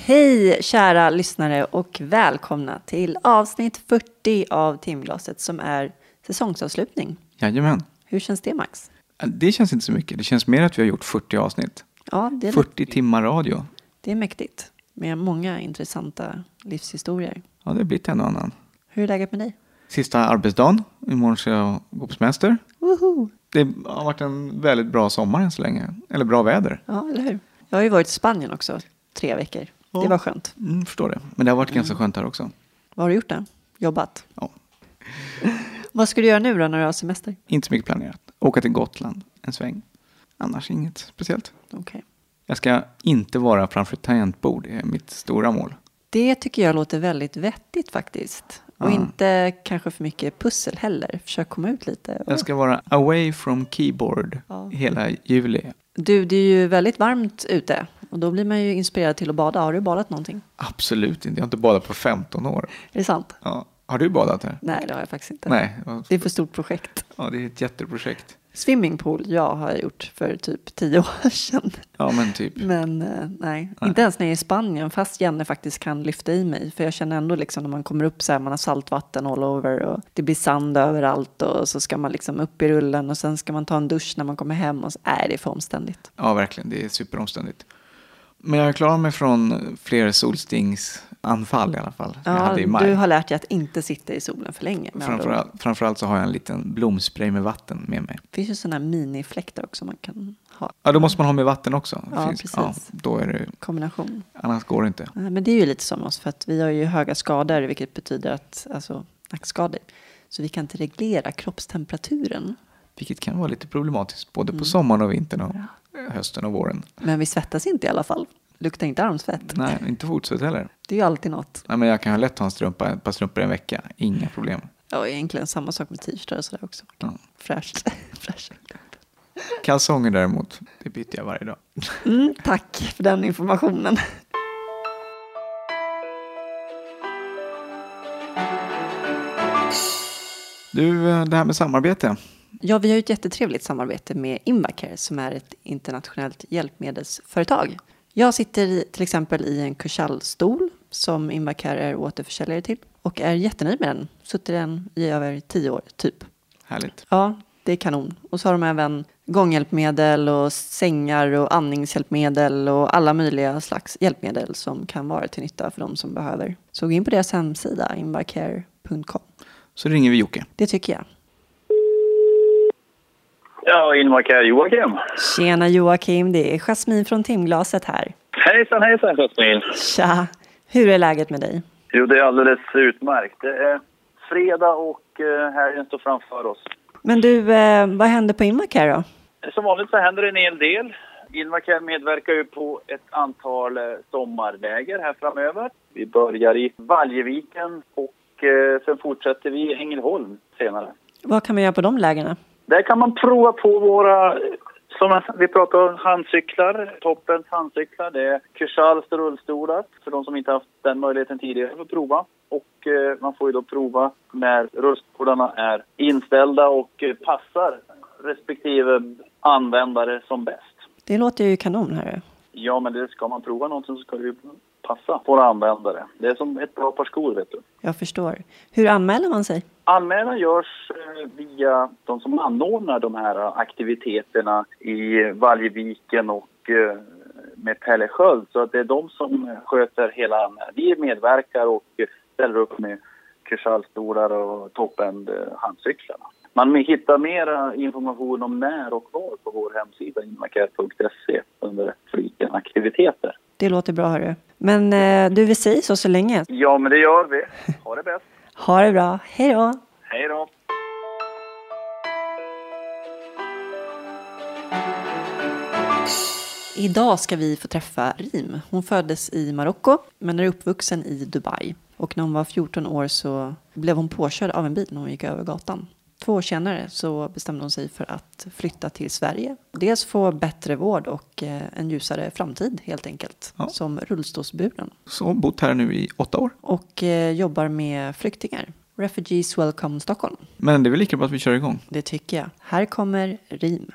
Hej kära lyssnare och välkomna till avsnitt 40 av Timglaset som är säsongsavslutning. Jajamän. Hur känns det, Max? Det känns inte så mycket. Det känns mer att vi har gjort 40 avsnitt. Ja, det är 40 timmar radio. Det är mäktigt med många intressanta livshistorier. Ja, det har blivit en och annan. Hur är läget med dig? Sista arbetsdagen. Imorgon ska jag gå på semester. Woho! Det har varit en väldigt bra sommar än så länge. Eller bra väder. Ja, eller hur? Jag har ju varit i Spanien också 3 veckor. Ja. Det var skönt. Förstår det. Men det har varit ganska skönt här också. Vad har du gjort då? Jobbat? Ja. Vad ska du göra nu då när du har semester? Inte så mycket planerat. Åka till Gotland en sväng. Annars inget speciellt. Okej. Jag ska inte vara framför ett tangentbord. Det är mitt stora mål. Det tycker jag låter väldigt vettigt faktiskt. Och Ja. inte kanske för mycket pussel heller. Försök komma ut lite. Jag ska vara away from keyboard hela juli. Du, det är ju väldigt varmt ute. Och då blir man ju inspirerad till att bada. Har du badat någonting? Absolut inte. Jag har inte badat på 15 år. Är det sant? Ja. Har du badat här? Nej, det har jag faktiskt inte. Nej. Det är för stort projekt. Ja, det är ett jätteprojekt. Swimmingpool, ja, har jag gjort för typ 10 år sedan. Ja, men typ. Men nej, inte ens när jag är i Spanien. Fast Janne faktiskt kan lyfta i mig. För jag känner ändå liksom när man kommer upp så här, man har saltvatten all over. Och det blir sand överallt. Och så ska man liksom upp i rullen. Och sen ska man ta en dusch när man kommer hem. Och så är det för omständigt. Ja, verkligen. Det är superomständigt. Men jag klarar mig från fler solstingsanfall i alla fall. Som jag hade i maj. Du har lärt dig att inte sitta i solen för länge. Framförallt så har jag en liten blomspray med vatten med mig. Det finns ju sådana här minifläktar också man kan ha. Ja, då måste man ha med vatten också. Ja, precis. Ja, då är det... Kombination. Annars går det inte. Men det är ju lite som oss för att vi har ju höga skador, vilket betyder att, alltså nackskador. Så vi kan inte reglera kroppstemperaturen. Vilket kan vara lite problematiskt både på sommaren och vintern och hösten och våren. Men vi svettas inte i alla fall. Luktar inte armsvett. Nej, inte fotsvett heller. Det är ju alltid något. Nej, men jag kan ha lätt ha ett par strumpor en vecka. Inga problem. Ja, egentligen samma sak med t-shirtar och sådär också. Ja. Fräscht. Kalsonger däremot, det byter jag varje dag. Tack för den informationen. Du, det här med samarbete. Ja, vi har ju ett jättetrevligt samarbete med Invacare som är ett internationellt hjälpmedelsföretag. Jag sitter till exempel i en Cushall-stol som Invacare är återförsäljare till och är jättenöjd med den. Suttit den i över 10 år, typ. Härligt. Ja, det är kanon. Och så har de även gånghjälpmedel och sängar och andningshjälpmedel och alla möjliga slags hjälpmedel som kan vara till nytta för de som behöver. Så gå in på deras hemsida, invacare.com. Så ringer vi Jocke. Det tycker jag. Ja, Invacare Joakim. Tjena Joakim, det är Jasmin från Timglaset här. Hejsan Jasmin. Tja, hur är läget med dig? Jo, det är alldeles utmärkt. Det är fredag och helgen står framför oss. Men du, vad händer på Invacare då? Som vanligt så händer det en hel del. Invacare medverkar ju på ett antal sommarläger här framöver. Vi börjar i Valjeviken och sen fortsätter vi i Ängelholm senare. Vad kan man göra på de lägena? Där kan man prova på våra, som vi pratar om, handcyklar, toppens handcyklar. Det är Cushalls rullstolar för de som inte haft den möjligheten tidigare att prova. Och man får ju då prova när rullstolarna är inställda och passar respektive användare som bäst. Det låter ju kanon här. Ja, men det ska man prova någonting så ska det ju passa våra användare. Det är som ett bra par skor, vet du. Jag förstår. Hur anmäler man sig? Anmälan görs via de som anordnar de här aktiviteterna i Valjeviken och med Pelle Sköld. Så att det är de som sköter hela anmälan. Vi medverkar och ställer upp med Cushall-stolar och toppend handcyklarna. Man hittar mer information om när och var på vår hemsida invacare.se under fliken aktiviteter. Det låter bra, hörru. Men du vill säga så länge? Ja, men det gör vi. Ha det bäst. Ha det bra. Hej då. Hej då. Idag ska vi få träffa Rim. Hon föddes i Marocko men är uppvuxen i Dubai. Och när hon var 14 år så blev hon påkörd av en bil när hon gick över gatan. 2 år senare så bestämde hon sig för att flytta till Sverige. Dels få bättre vård och en ljusare framtid helt enkelt. Ja. Som rullstolsburen. Så bott här nu i 8 år. Och jobbar med flyktingar. Refugees Welcome Stockholm. Men det är väl lika bra att vi kör igång. Det tycker jag. Här kommer Rim.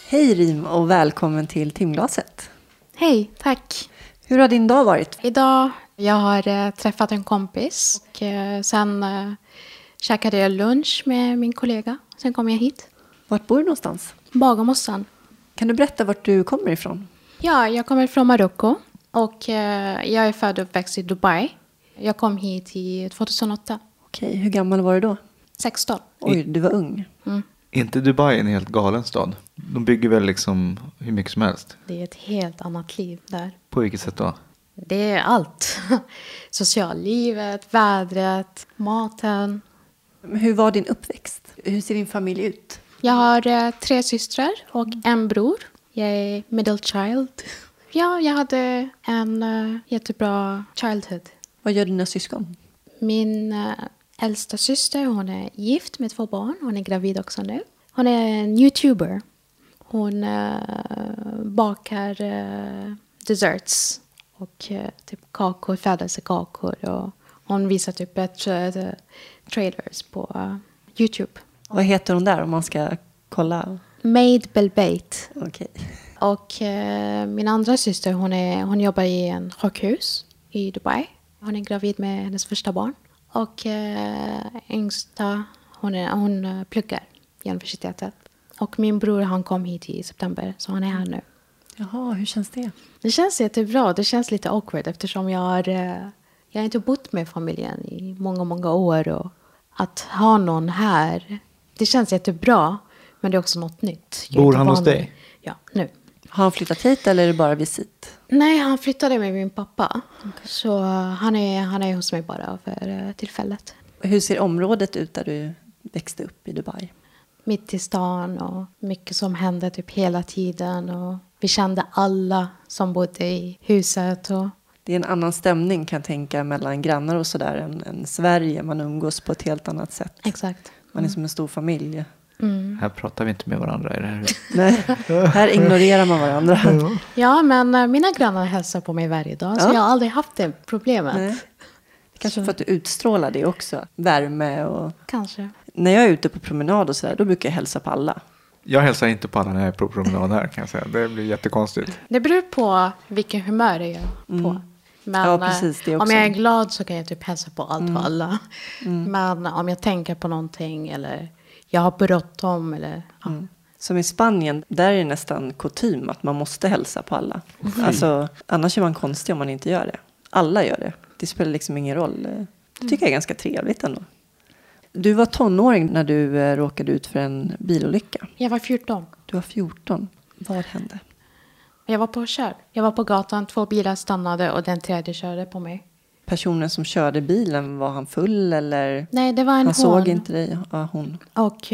Hej Rim och välkommen till Timglaset. Hej, tack. Hur har din dag varit? Idag jag har träffat en kompis och sen käkade jag lunch med min kollega. Sen kom jag hit. Vart bor du någonstans? Bagarmossen. Kan du berätta vart du kommer ifrån? Ja, jag kommer från Marocko och jag är född och uppväxt i Dubai. Jag kom hit i 2008. Okej, hur gammal var du då? 16. Oj, du var ung. Är inte Dubai en helt galen stad? De bygger väl liksom hur mycket som helst? Det är ett helt annat liv där. På vilket sätt då? Det är allt. Sociallivet, vädret, maten. Men hur var din uppväxt? Hur ser din familj ut? Jag har 3 systrar och en bror. Jag är middle child. Ja, jag hade en jättebra childhood. Vad gör dina syskon? Min äldsta syster, hon är gift med 2 barn. Hon är gravid också nu. Hon är en YouTuber. Hon bakar desserts och typ kakor, födelsekakor. Och hon visar typ trailers på YouTube. Vad heter hon där om man ska kolla? Made Belbait. Okej. Och min andra syster, hon jobbar i en sjukhus i Dubai. Hon är gravid med hennes första barn. Och yngsta, hon pluggar i universitetet. Och min bror, han kom hit i september, så han är här nu. Jaha, hur känns det? Det känns jättebra. Det känns lite awkward eftersom jag har inte bott med familjen i många, många år. Och att ha någon här, det känns jättebra. Men det är också något nytt. Jag är Bor inte han hos van dig? vid- Ja, nu. Har han flyttat hit eller är det bara visit? Nej, han flyttade med min pappa. Så han är hos mig bara för tillfället. Hur ser området ut där du växte upp i Dubai? Mitt i stan och mycket som hände typ hela tiden. Och vi kände alla som bodde i huset. Och Det är en annan stämning kan jag tänka mellan grannar och sådär än Sverige. Man umgås på ett helt annat sätt. exakt. Man är som en stor familj. Här pratar vi inte med varandra i det här. Nej, här ignorerar man varandra. Ja, men mina grannar hälsar på mig varje dag. Så Ja. jag har aldrig haft det problemet. Nej. Kanske för att du utstrålar det också. Värme och... Kanske. När jag är ute på promenad och sådär, då brukar jag hälsa på alla. Jag hälsar inte på alla när jag är på promenad här kan jag säga. Det blir jättekonstigt. Det beror på vilken humör jag är på. Men Ja, precis, det om också. jag är glad så kan jag typ hälsa på allt och alla. Men om jag tänker på någonting eller jag har bråttom eller... Ja. Som i Spanien, där är det nästan kutym att man måste hälsa på alla. Alltså, annars är man konstig om man inte gör det. Alla gör det. Det spelar liksom ingen roll. Det tycker jag är ganska trevligt ändå. Du var tonåring när du råkade ut för en bilolycka. Jag var 14. Du var 14. Vad hände? Jag var påkörd. Jag var på gatan, 2 bilar stannade och den tredje körde på mig. Personen som körde bilen, var han full eller? Nej, det var en Han hon. såg inte dig? Ja, hon. Och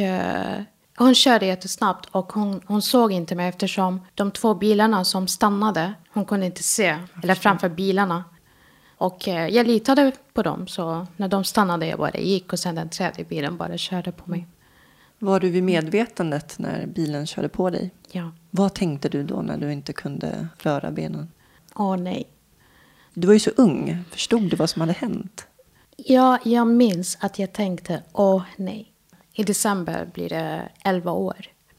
hon körde jättesnabbt och hon såg inte mig eftersom de 2 bilarna som stannade, hon kunde inte se. Eller framför bilarna. Och jag litade på dem så när de stannade jag bara gick och sen den tredje bilen bara körde på mig. Var du vid medvetandet när bilen körde på dig? Ja. Vad tänkte du då när du inte kunde röra benen? Åh nej. Du var ju så ung. Förstod du vad som hade hänt? Ja, jag minns att jag tänkte, åh nej. I december blir det 11 år.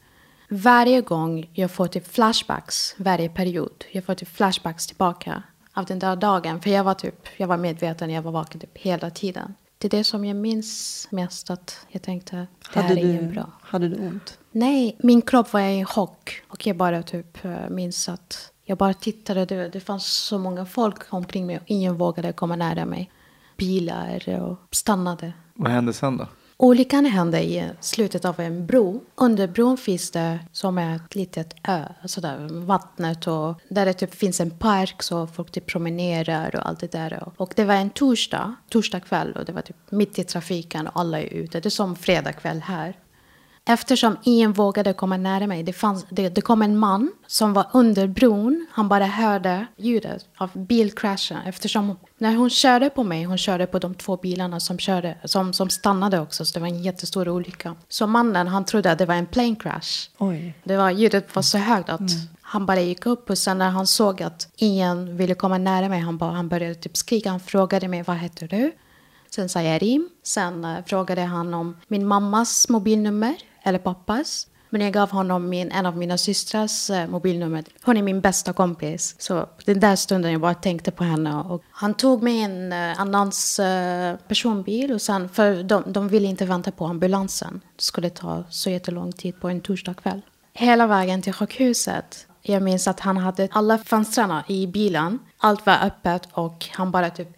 Varje gång jag får typ flashbacks, varje period. Jag får typ flashbacks tillbaka av den där dagen. För jag var medveten, jag var vaken typ hela tiden. Det är det som jag minns mest att jag tänkte, det här är ingen bra. Hade du ont? Nej, min kropp var i chock. Och jag bara typ minns att jag bara tittade. Det fanns så många folk omkring mig och ingen vågade komma nära mig. Bilar och stannade. Vad hände sen då? Olyckan hände i slutet av en bro. Under bron finns det som ett litet ö, sådär, vattnet och där det typ finns en park så folk typ promenerar och allt det där. Och det var en torsdag kväll och det var typ mitt i trafiken och alla är ute. Det är som fredag kväll här. Eftersom ingen vågade komma nära mig. Det kom en man som var under bron. Han bara hörde ljudet av bilkraschen. Eftersom när hon körde på mig. Hon körde på de 2 bilarna som stannade också. Så det var en jättestor olycka. Så mannen han trodde att det var en plane crash. Oj. Ljudet var så högt att han bara gick upp. Och sen när han såg att ingen ville komma nära mig. Han började typ skrika. Han frågade mig, vad heter du? Sen sa jag Rim. Sen frågade han om min mammas mobilnummer. Eller pappas. Men jag gav honom en av mina systrars mobilnummer. Hon är min bästa kompis. Så den där stunden jag bara tänkte på henne. Och han tog med en annans personbil. Och sen, för de ville inte vänta på ambulansen. Det skulle ta så jättelång tid på en torsdagkväll. Hela vägen till sjukhuset. Jag minns att han hade alla fönstren i bilen. Allt var öppet och han bara typ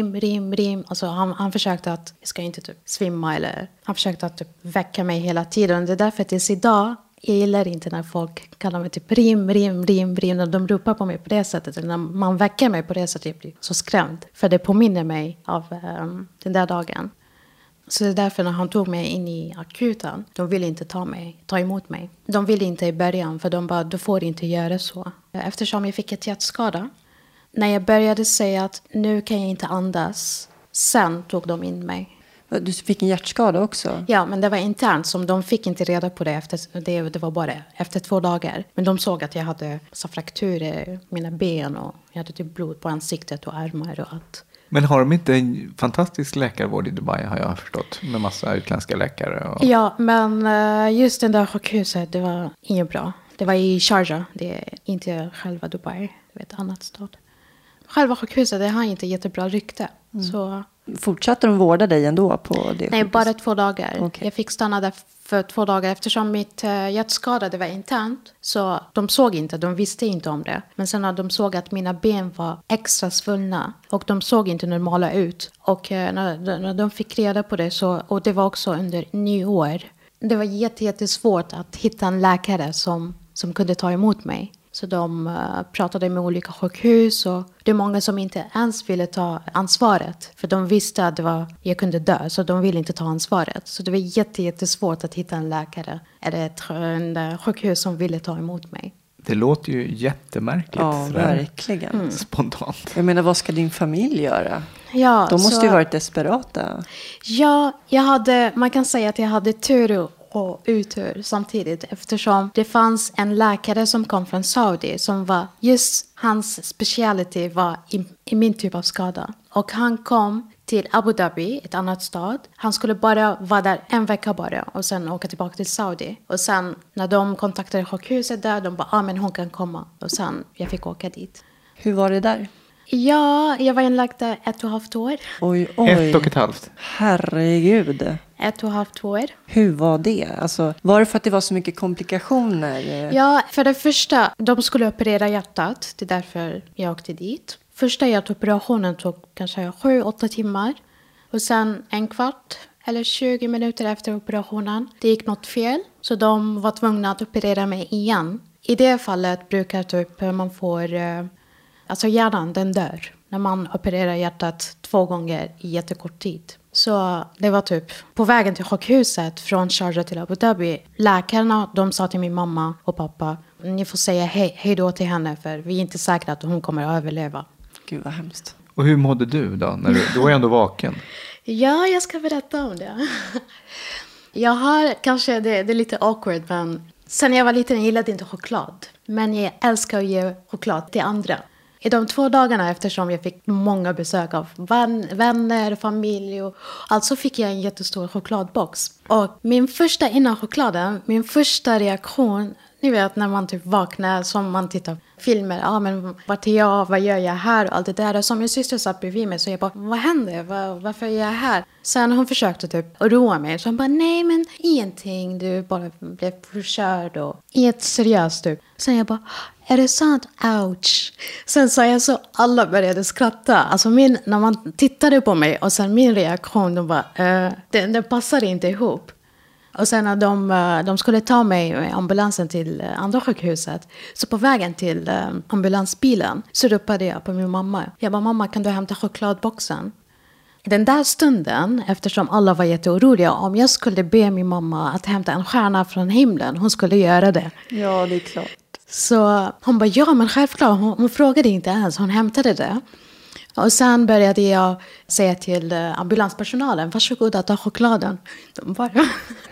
rim. Alltså han försökte att jag ska inte typ svimma eller han försökte att typ väcka mig hela tiden. Det är därför tills idag jag gillar inte när folk kallar mig typ rim. När de ropar på mig på det sättet. Eller när man väcker mig på det sättet jag blir så skrämd. För det påminner mig av den där dagen. Så det är därför när han tog mig in i akuten, de ville inte ta emot mig. De ville inte i början för de bara, du får inte göra så. Eftersom jag fick ett hjärtskada. När jag började säga att nu kan jag inte andas, sen tog de in mig. Du fick en hjärtskada också? Ja, men det var internt som de fick inte reda på det det var bara efter 2 dagar. Men de såg att jag hade så frakturer i mina ben och jag hade typ blod på ansiktet och armar och allt. Men har de inte en fantastisk läkarvård i Dubai har jag förstått. Med massa utländska läkare. Och... Ja, men just den där sjukhuset, det var inget bra. Det var i Sharjah, det är inte själva Dubai, det är ett annat stad. Själva sjukhuset, det har inte jättebra rykte. Så... Fortsatte de vårda dig ändå på det sjukhuset? Nej, bara 2 dagar. Okay. Jag fick stanna där för 2 dagar eftersom mitt hjärtskada det var internt. Så de såg inte, de visste inte om det. Men sen när de såg att mina ben var extra svullna och de såg inte normala ut. Och när de fick reda på det så, och det var också under nyår. Det var jättesvårt att hitta en läkare som kunde ta emot mig. Så de pratade med olika sjukhus och det är många som inte ens ville ta ansvaret. För de visste att jag kunde dö så de ville inte ta ansvaret. Så det var jättesvårt att hitta en läkare eller ett sjukhus som ville ta emot mig. Det låter ju jättemärkligt. Ja, verkligen. Spontant. Jag menar, vad ska din familj göra? Ja, de måste ju varit desperata. Ja, man kan säga att jag hade tur och utur samtidigt eftersom det fanns en läkare som kom från Saudi som var just hans speciality var i min typ av skada. Och han kom till Abu Dhabi, ett annat stad. Han skulle bara vara där 1 vecka bara och sen åka tillbaka till Saudi. Och sen när de kontaktade sjukhuset där, de bara, men hon kan komma. Och sen jag fick åka dit. Hur var det där? Ja, jag var inlagd 1,5 år. Oj. 1,5. Herregud. 1,5 år. Hur var det? Alltså, var det för att det var så mycket komplikationer? Ja, för det första, de skulle operera hjärtat. Det är därför jag åkte dit. Första hjärtoperationen tog kanske 7-8 timmar. Och sen 1/4 eller 20 minuter efter operationen. Det gick något fel. Så de var tvungna att operera mig igen. I det fallet brukar typ man får... Alltså hjärnan, den dör. När man opererar hjärtat 2 gånger i jättekort tid. Så det var typ på vägen till sjukhuset från Sharjah till Abu Dhabi. Läkarna, de sa till min mamma och pappa. Ni får säga hej då till henne för vi är inte säkra att hon kommer att överleva. Gud vad hemskt. Och hur mådde du då? Du var ju ändå vaken. Ja, jag ska berätta om det. Jag har kanske, det är lite awkward men sen jag var liten jag gillade inte choklad. Men jag älskar att ge choklad till andra. I de 2 dagarna eftersom jag fick många besök av vänner, familj och alltså fick jag en jättestor chokladbox. Och min första reaktion, ni vet när man typ vaknar som man tittar på filmer. Ja men vart är jag, vad gör jag här och allt det där. Och som min syster satt bredvid mig så jag bara, vad händer, varför är jag här? Sen hon försökte typ roa mig så hon bara, nej men ingenting, du bara blev förkörd och inget seriöst typ. Sen jag bara, är det sant? Ouch. Sen sa jag så, alla började skratta. Alltså när man tittade på mig och sen min reaktion, de bara, det passade inte ihop. Och sen när de skulle ta mig med ambulansen till andra sjukhuset. Så på vägen till ambulansbilen så ropade jag på min mamma. Jag bara, mamma kan du hämta chokladboxen? Den där stunden, eftersom alla var jätteoroliga, om jag skulle be min mamma att hämta en stjärna från himlen, hon skulle göra det. Ja, det är klart. Så hon bara, ja men självklart, hon frågade inte ens, hon hämtade det. Och sen började jag säga till ambulanspersonalen, varsågod att ta chokladen. De bara...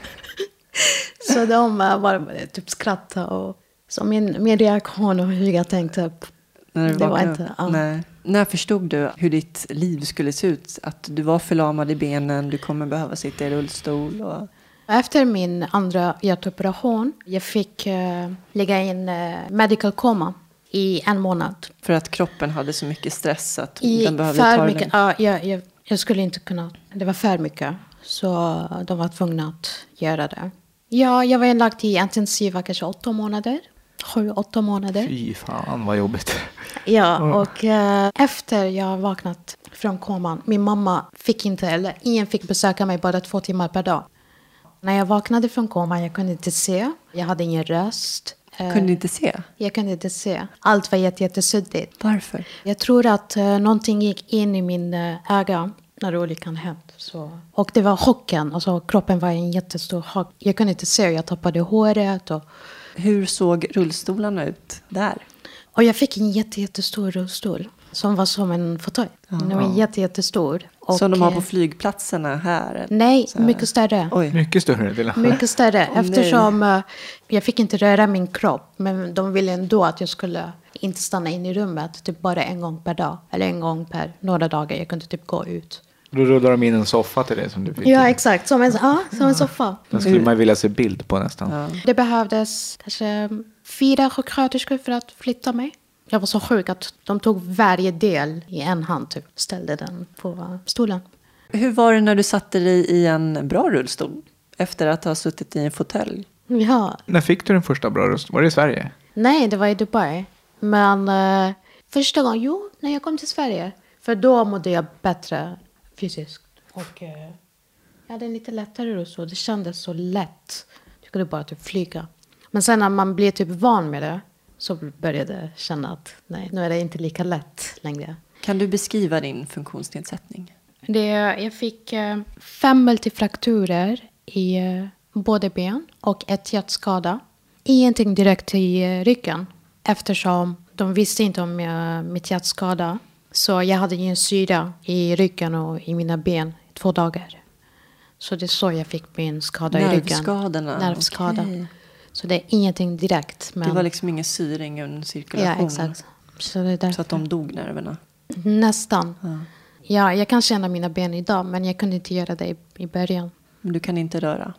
Så de bara typ skrattade. Och... Så min reaktion och hur jag tänkte, det var inte... Ja. Nej. När förstod du hur ditt liv skulle se ut? Att du var förlamad i benen, du kommer behöva sitta i rullstol och... Efter min andra hjärtoperation, jag fick lägga in medical coma i 1 månad. För att kroppen hade så mycket stress att I den behövde för ta mycket, det. ja, jag skulle inte kunna. Det var för mycket. Så de var tvungna att göra det. Ja, jag var inlagd i intensiva kanske 8 månader. 7-8 månader. Fy fan vad jobbigt. Ja, och efter jag vaknat från koman. Min mamma fick inte, eller ingen fick besöka mig bara 2 timmar per dag. När jag vaknade från koman, jag kunde inte se. Jag hade ingen röst. Kunde inte se? Jag kunde inte se. Allt var jättesuddigt. Varför? Jag tror att någonting gick in i min öga när olyckan hände. Så. Och det var chocken. Alltså, kroppen var en jättestor chock. Jag kunde inte se. Jag tappade håret. Hur såg rullstolarna ut där? Och jag fick en jättestor rullstol. Som var som en fåtölj. Den var jättestor. Och, som de har på flygplatserna här? Nej, så här. mycket större. Oj. Mycket större. Mycket större. Eftersom jag fick inte röra min kropp. Men de ville ändå att jag skulle inte stanna in i rummet. Typ bara 1 gång per dag. Eller 1 gång per några dagar. Jag kunde typ gå ut. Då rullar de in en soffa till det som du fick. Ja, exakt. Som en soffa. Den skulle man vilja se bild på nästan. Ja. Det behövdes kanske 4 sjuksköterskor för att flytta mig. Jag var så sjuk att de tog varje del i en hand. Typ, ställde den på stolen. Hur var det när du satte dig i en bra rullstol? Efter att ha suttit i en fåtölj? Ja. När fick du den första bra röst? Var det i Sverige? Nej, det var i Dubai. Men första gången, när jag kom till Sverige. För då mådde jag bättre fysiskt. Och jag hade en lite lättare rullstol. Det kändes så lätt. Jag kunde bara typ flyga. Men sen när man blir typ van med det. Så började jag känna att nej, nu är det inte lika lätt längre. Kan du beskriva din funktionsnedsättning? Jag fick 5 multifrakturer i både ben och ett hjärtskada. Ingenting direkt i ryggen. Eftersom de visste inte om mitt hjärtskada. Så jag hade ju en syra i ryggen och i mina ben i 2 dagar. Så det är så jag fick min skada i ryggen. Nervskada. Okay. Så det är ingenting direkt. Men... Det var liksom ingen syre, ingen cirkulation. Ja, exakt. Så att de dog nerverna. Nästan. Ja, jag kan känna mina ben idag, men jag kunde inte göra det i början. Men du kan inte röra?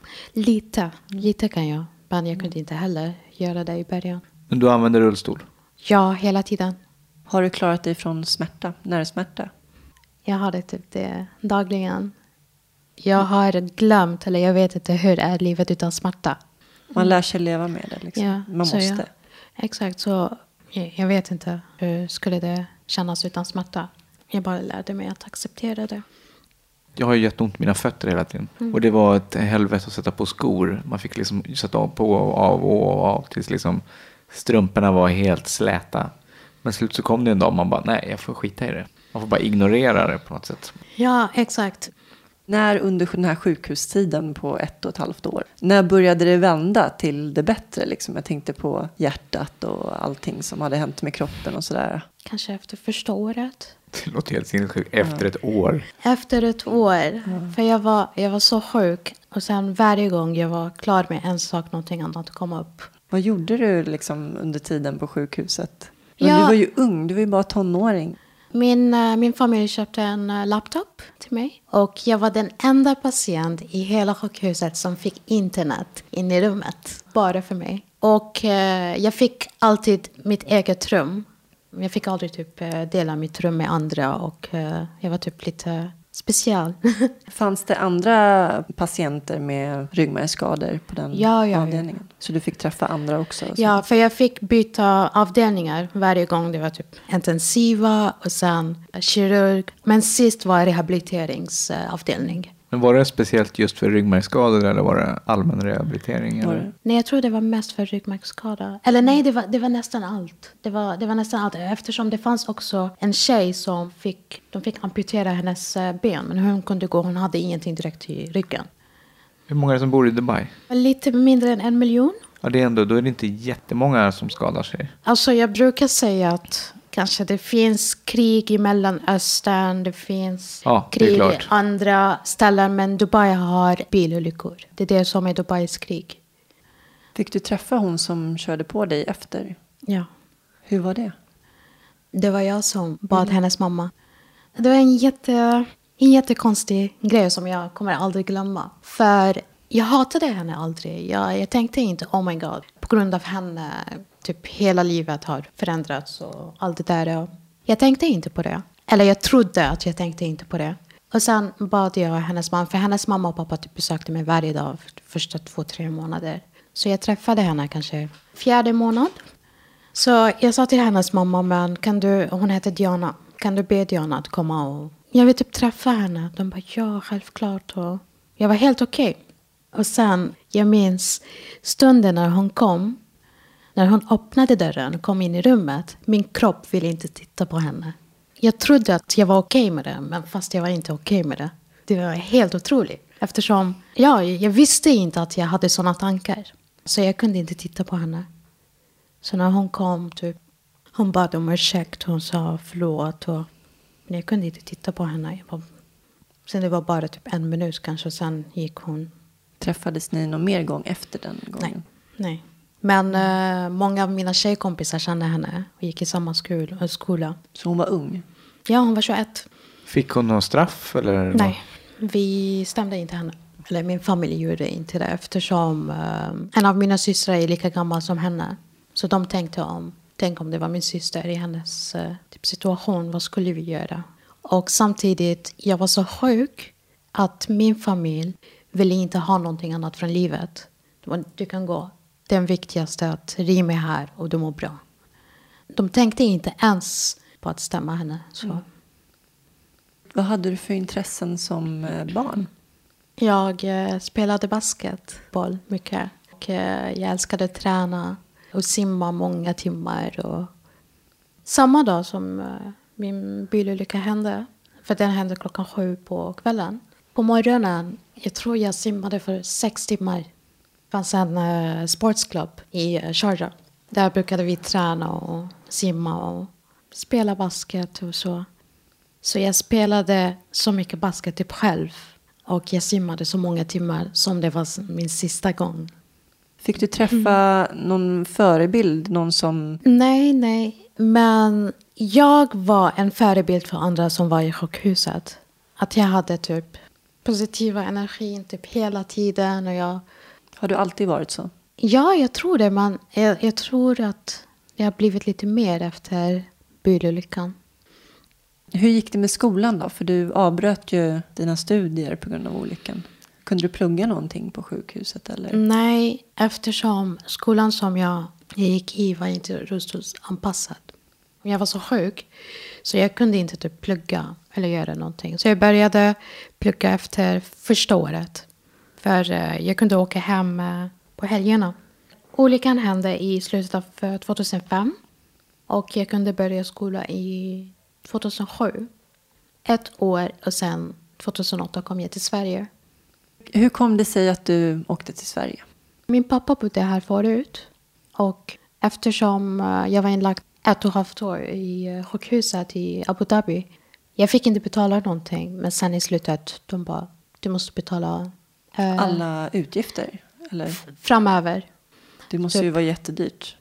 Lite kan jag. Men jag kunde inte heller göra det i början. Men du använder rullstol? Ja, hela tiden. Har du klarat dig från smärta? Nervsmärta? Jag har det typ det dagligen. Jag har glömt, eller jag vet inte hur är livet utan smärta. Man lär sig leva med det liksom. Ja, man måste. Ja. Exakt, så jag vet inte hur skulle det kännas utan smärta. Jag bara lärde mig att acceptera det. Jag har ju jätteont i mina fötter hela tiden. Och det var ett helvete att sätta på skor. Man fick liksom sätta på och av tills liksom strumporna var helt släta. Men slut så kom det en dag man bara, nej jag får skita i det. Man får bara ignorera det på något sätt. Ja, exakt. När under den här sjukhustiden på 1,5 år, när började det vända till det bättre? Liksom? Jag tänkte på hjärtat och allting som hade hänt med kroppen och sådär. Kanske efter första året. Det låter helt sinnessjukt. Efter ett år. Efter ett år. För jag var så sjuk. Och sen varje gång jag var klar med en sak, någonting annat kom upp. Vad gjorde du liksom under tiden på sjukhuset? Men Ja. Du var ju ung, du var ju bara tonåring. Min familj köpte en laptop till mig. Och jag var den enda patient i hela sjukhuset som fick internet in i rummet. Bara för mig. Och jag fick alltid mitt eget rum. Jag fick aldrig typ dela mitt rum med andra. Och jag var typ lite speciell. Fanns det andra patienter med ryggmärgsskador på den avdelningen? Ja. Så du fick träffa andra också? Ja, för jag fick byta avdelningar varje gång. Det var typ intensiva och sen kirurg. Men sist var rehabiliteringsavdelning. Men var det speciellt just för ryggmärgsskador eller var det allmän rehabilitering? Eller? Nej, jag tror det var mest för ryggmärgsskada. Eller nej, det var nästan allt. Det var nästan allt. Eftersom det fanns också en tjej som fick amputera hennes ben. Men hon kunde gå, hon hade ingenting direkt i ryggen. Hur många är det som bor i Dubai? Lite mindre än 1 miljon. Ja, det är ändå, då är det inte jättemånga som skadar sig. Alltså jag brukar säga att kanske det finns krig i Mellanöstern, det finns krig i andra ställen, men Dubai har bilolyckor. Det är det som är Dubais krig. Fick du träffa hon som körde på dig efter? Ja. Hur var det? Det var jag som bad hennes mamma. Det var en jättekonstig grej som jag kommer aldrig glömma. För Jag hatade henne aldrig. Jag tänkte inte, oh my god. På grund av henne, typ hela livet har förändrats och allt det där. Jag tänkte inte på det. Eller jag trodde att jag tänkte inte på det. Och sen bad jag hennes mamma, för hennes mamma och pappa typ besökte mig varje dag för första 2-3 månader. Så jag träffade henne kanske 4:e månad. Så jag sa till hennes mamma, men hon heter Diana, kan du be Diana att komma och jag vill typ träffa henne. De bara, ja, självklart. Och jag var helt okej. Och sen, jag minns stunden när hon kom. När hon öppnade dörren och kom in i rummet. Min kropp ville inte titta på henne. Jag trodde att jag var okej med det. Men fast jag var inte okej med det. Det var helt otroligt. Eftersom, jag visste inte att jag hade sådana tankar. Så jag kunde inte titta på henne. Så när hon kom, typ, hon bad om ursäkt. Hon sa förlåt. Men jag kunde inte titta på henne. Sen det var bara typ 1 minut kanske. Och sen gick hon. Träffades ni någon mer gång efter den gången? Nej. Men många av mina tjejkompisar kände henne. Och gick i samma skola. Så hon var ung? Ja, hon var 21. Fick hon någon straff? Eller? Nej, vi stämde inte henne. Eller min familj gjorde inte det. Eftersom en av mina systrar är lika gammal som henne. Så de tänkte tänk om det var min syster i hennes typ situation. Vad skulle vi göra? Och samtidigt, jag var så sjuk att min familj ville inte ha någonting annat från livet. Du kan gå. Den viktigaste att Rim är här och du mår bra. De tänkte inte ens på att stämma henne. Så. Vad hade du för intressen som barn? Jag spelade basketboll mycket. Och jag älskade att träna och simma många timmar. Och samma dag som min bilolycka hände. För den hände 7:00 på kvällen. På morgonen, jag tror jag simmade för 6 timmar. Det fanns en sportsklubb i Sharjah. Där brukade vi träna och simma och spela basket och så. Så jag spelade så mycket basket typ själv. Och jag simmade så många timmar som det var min sista gång. Fick du träffa någon förebild? Någon som... Nej. Men jag var en förebild för andra som var i sjukhuset. Att jag hade typ positiva energin typ hela tiden. Och Har du alltid varit så? Ja, jag tror det. Men jag tror att det har blivit lite mer efter bilolyckan. Hur gick det med skolan då? För du avbröt ju dina studier på grund av olyckan. Kunde du plugga någonting på sjukhuset? Eller? Nej, eftersom skolan som jag gick i var inte rullstolsanpassad. Jag var så sjuk så jag kunde inte typ plugga eller göra någonting. Så jag började plugga efter första året. För jag kunde åka hem på helgerna. Olyckan hände i slutet av 2005. Och jag kunde börja skola i 2007. 1 år och sen 2008 kom jag till Sverige. Hur kom det sig att du åkte till Sverige? Min pappa bodde här förut. Och eftersom jag var inlagd 1,5 år i sjukhuset i Abu Dhabi. Jag fick inte betala någonting. Men sen i slutet, de bara, du måste betala... alla utgifter? Eller? Framöver. Det måste ju vara jättedyrt.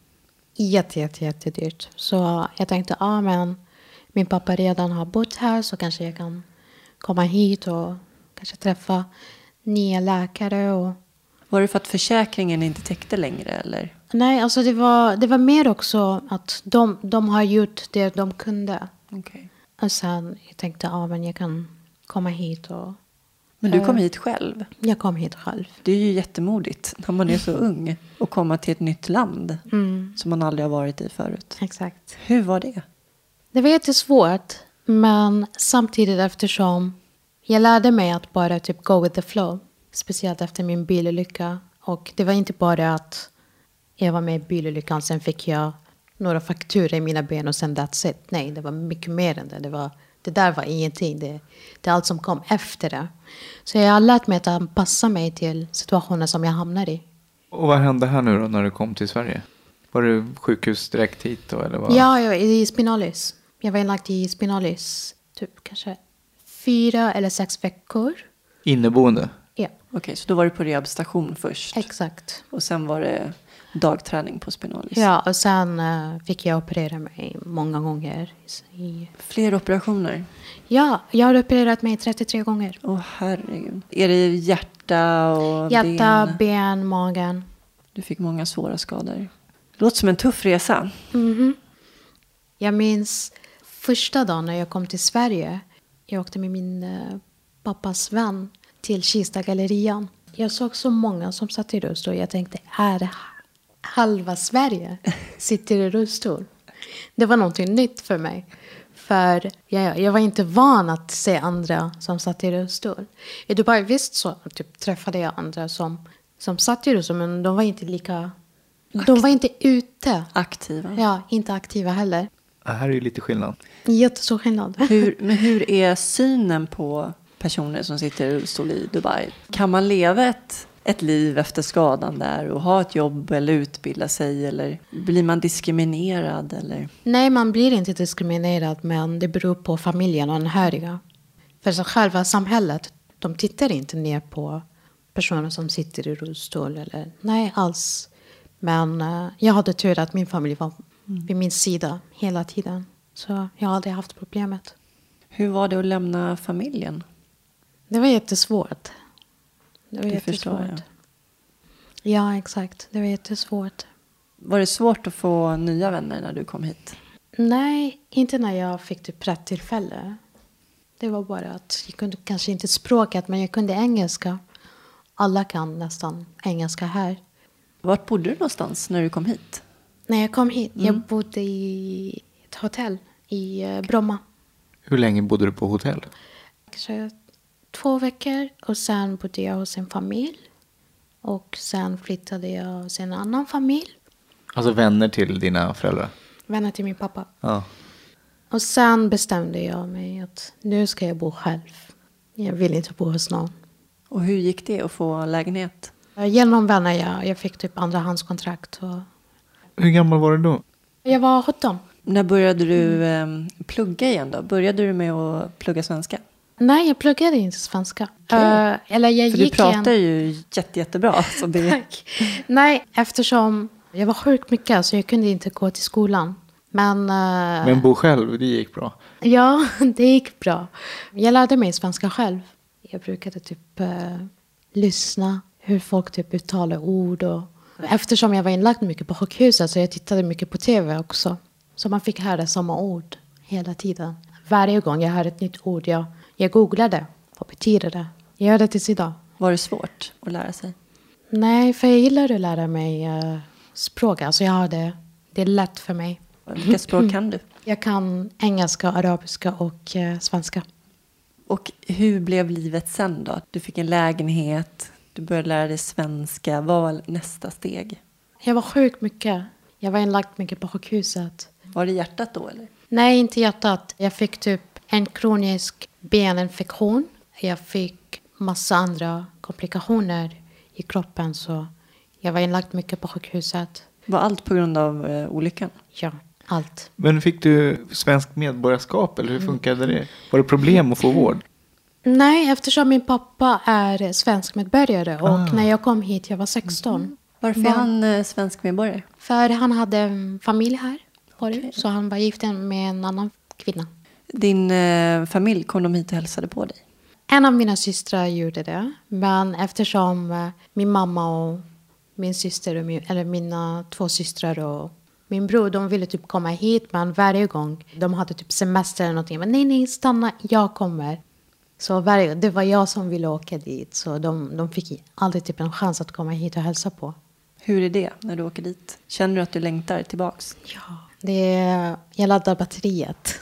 Jättedyrt. Så jag tänkte, men min pappa redan har bott här så kanske jag kan komma hit och kanske träffa nya läkare. Och... Var det för att försäkringen inte täckte längre eller? Nej, alltså det var mer också att de har gjort det de kunde. Okay. Och sen jag tänkte, men jag kan komma hit och... Men du kom hit själv? Jag kom hit själv. Det är ju jättemodigt när man är så ung och komma till ett nytt land som man aldrig har varit i förut. Exakt. Hur var det? Det var jättesvårt, men samtidigt eftersom jag lärde mig att bara typ go with the flow. Speciellt efter min bilolycka. Och det var inte bara att jag var med i bilolyckan, sen fick jag några frakturer i mina ben och sen that's it. Nej, det var mycket mer än det. Det där var ingenting. Det är allt som kom efter det. Så jag har lärt mig att anpassa mig till situationer som jag hamnar i. Och vad hände här nu då när du kom till Sverige? Var du sjukhus direkt hit då? Eller vad? Ja, jag var i Spinalis. Jag var inlagd i Spinalis typ kanske 4 eller 6 veckor. Inneboende? Ja. Okej, så då var du på rehabstation först? Exakt. Och sen var det dagträning på Spinalis? Ja, och sen fick jag operera mig många gånger. Fler operationer? Ja, jag har opererat mig 33 gånger. Åh herregud. Är det hjärta och Hjärta, ben, magen. Du fick många svåra skador. Det låter som en tuff resa. Mhm. Jag minns första dagen när jag kom till Sverige. Jag åkte med min pappas vän till Kista-gallerian. Jag såg så många som satt i rullstol. Jag tänkte, är det halva Sverige sitter i rullstol? Det var någonting nytt för mig. För jag var inte van att se andra som satt i rullstol. I Dubai visst så typ, träffade jag andra som satt i rullstol. Men de var inte lika... De var inte ute. Aktiva. Ja, inte aktiva heller. Det här är ju lite skillnad. Jättestor skillnad. Men hur är synen på personer som sitter i rullstol i Dubai? Kan man leva ett liv efter skadan där och ha ett jobb eller utbilda sig? Eller blir man diskriminerad? Eller? Nej, man blir inte diskriminerad, men det beror på familjen och anhöriga. För så själva samhället, de tittar inte ner på personer som sitter i rullstol. Eller, nej, alls. Men jag hade tur att min familj var vid min sida hela tiden. Så jag har aldrig haft problemet. Hur var det att lämna familjen? Det var jättesvårt. Det förstår jag. Ja, exakt. Det var jättesvårt. Var det svårt att få nya vänner när du kom hit? Nej, inte när jag fick typ rätt tillfälle. Det var bara att jag kunde kanske inte språket, men jag kunde engelska. Alla kan nästan engelska här. Vart bodde du någonstans när du kom hit? När jag kom hit, jag bodde i ett hotell i Bromma. Hur länge bodde du på hotell? Kanske 2 veckor och sen bodde jag hos en familj. Och sen flyttade jag hos en annan familj. Alltså vänner till dina föräldrar? Vänner till min pappa. Ja. Och sen bestämde jag mig att nu ska jag bo själv. Jag vill inte bo hos någon. Och hur gick det att få lägenhet? Genom vänner jag fick typ andrahandskontrakt. Och... Hur gammal var du då? Jag var 17. När började du plugga igen då? Började du med att plugga svenska? Nej, jag pluggade inte svenska. Eller jag för gick du pratar ju jättebra. Så det... Tack. Nej, eftersom jag var sjukt mycket så jag kunde inte gå till skolan. Men bo själv, det gick bra. Ja, det gick bra. Jag lärde mig svenska själv. Jag brukade typ lyssna hur folk typ uttalar ord. Och... Eftersom jag var inlagd mycket på sjukhuset så jag tittade mycket på tv också. Så man fick höra samma ord hela tiden. Varje gång jag hör ett nytt ord, jag googlade. Vad betyder det? Jag gör det tills idag. Var det svårt att lära sig? Nej, för jag gillar att lära mig språk. Alltså det är lätt för mig. Vilka språk kan du? Jag kan engelska, arabiska och svenska. Och hur blev livet sen då? Du fick en lägenhet, du började lära dig svenska. Vad var nästa steg? Jag var sjuk mycket. Jag var inlagd mycket på sjukhuset. Var det hjärtat då eller? Nej, inte hjärtat. Jag fick typ en kronisk beninfektion. Jag fick massa andra komplikationer i kroppen. Så jag var inlagd mycket på sjukhuset. Var allt på grund av olyckan? Ja, allt. Men fick du svensk medborgarskap eller hur funkade det? Var det problem att få vård? Nej, eftersom min pappa är svensk medborgare och när jag kom hit jag var 16. Varför är han svensk medborgare? För han hade en familj här förut, så han var gift med en annan kvinna. Din familj, kom de hit och hälsade på dig? En av mina systrar gjorde det, men eftersom min mamma och min syster, eller mina 2 systrar och min bror, de ville typ komma hit, men varje gång de hade typ semester eller någonting, men nej, stanna, jag kommer. Så det var jag som ville åka dit, så de fick aldrig typ en chans att komma hit och hälsa på. Hur är det när du åker dit? Känner du att du längtar tillbaks? Ja, jag laddar batteriet.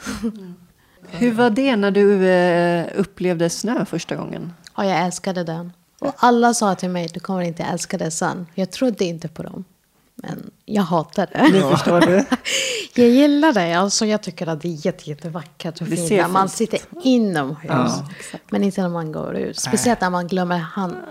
Hur var det när du upplevde snö första gången? Ja, jag älskade den. Och alla sa till mig, du kommer inte älska det sen. Jag trodde inte på dem. Men jag hatar det. Det förstår du. Jag gillar det. Alltså, jag tycker att det är jättevackert och fint när man sitter inomhus. Ja, men inte när man går ut. Speciellt när man glömmer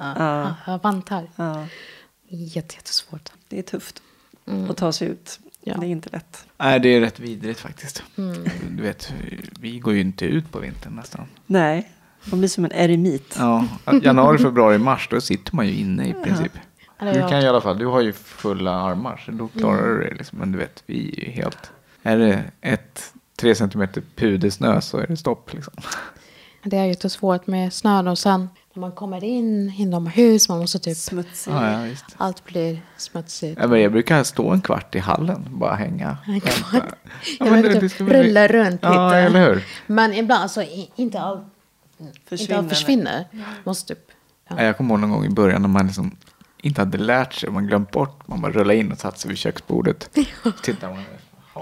vantar. Ja. Jättesvårt. Det är tufft att ta sig ut. Ja. Det är inte lätt. Nej, det är rätt vidrigt faktiskt. Du vet, vi går ju inte ut på vintern nästan. Nej, man blir som en eremit. Ja, januari, februari, mars, då sitter man ju inne i princip. Du kan i alla fall, du har ju fulla armar så då klarar du det liksom. Men du vet, vi är ju helt... Är det ett 3 centimeter pudersnö så är det stopp liksom. Det är jättesvårt med snön och sen när man kommer in inomhus man måste typ Smutsig. Ja, visst. allt blir smutsigt. Ja, men jag brukar stå en kvart i hallen, bara hänga. En kvart. Ja, Jag men vill det typ ska bli- rulla runt Ja, lite. eller hur? Men ibland, alltså inte allt försvinner. Måste typ. Ja. Jag kommer ihåg någon gång i början när man liksom inte hade lärt sig, man glömt bort, man bara rullade in och satt sig vid köksbordet. Tittar man.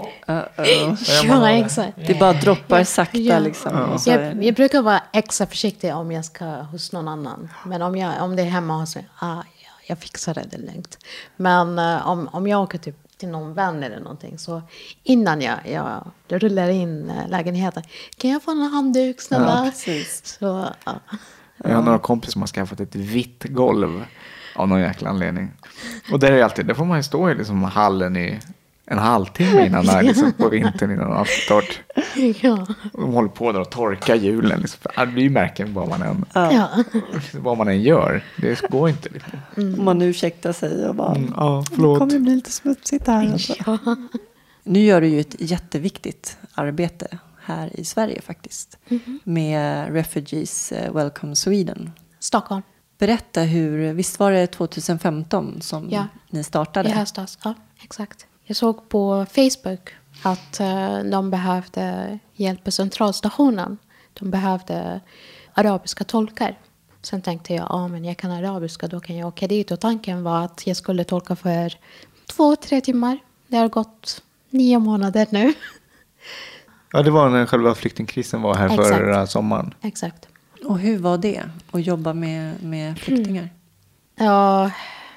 Ja, exakt. Det bara droppar sakta Ja. liksom. Och så är det- Jag brukar vara extra försiktig om jag ska hos någon annan. Men om det är hemma hos mig, jag fixar det lugnt. Men om jag åker typ till någon vän eller någonting, så innan jag rullar in lägenheten, kan jag få en handduk snälla? Ja, precis. Så, ja. Jag har några kompisar som har skaffat ett vitt golv av någon jäkla anledning. Och där är alltid, där får man ju stå i liksom hallen i en halvtimme innan det är liksom på vintern innan allt är torrt. Ja. De håller på där och torkar hjulen. Liksom. Det blir ju märken Ja. vad man än gör. Det går inte. Liksom. Om man ursäktar sig och bara, Ja, det förlåt. kommer bli lite smutsigt här. Alltså. Nu gör du ju ett jätteviktigt arbete här i Sverige faktiskt. Med Refugees Welcome Sweden. Stockholm. Berätta visst var det 2015 som Ja. ni startade? I höstas, ja, exakt. Jag såg på Facebook att de behövde hjälp på centralstationen. De behövde arabiska tolkar. Sen tänkte jag, men jag kan arabiska, då kan jag åka dit. Och tanken var att jag skulle tolka för 2-3 timmar. Det har gått 9 månader nu. Ja, det var när själva flyktingkrisen var här Exakt. förra sommaren. Exakt. Och hur var det att jobba med flyktingar? Ja,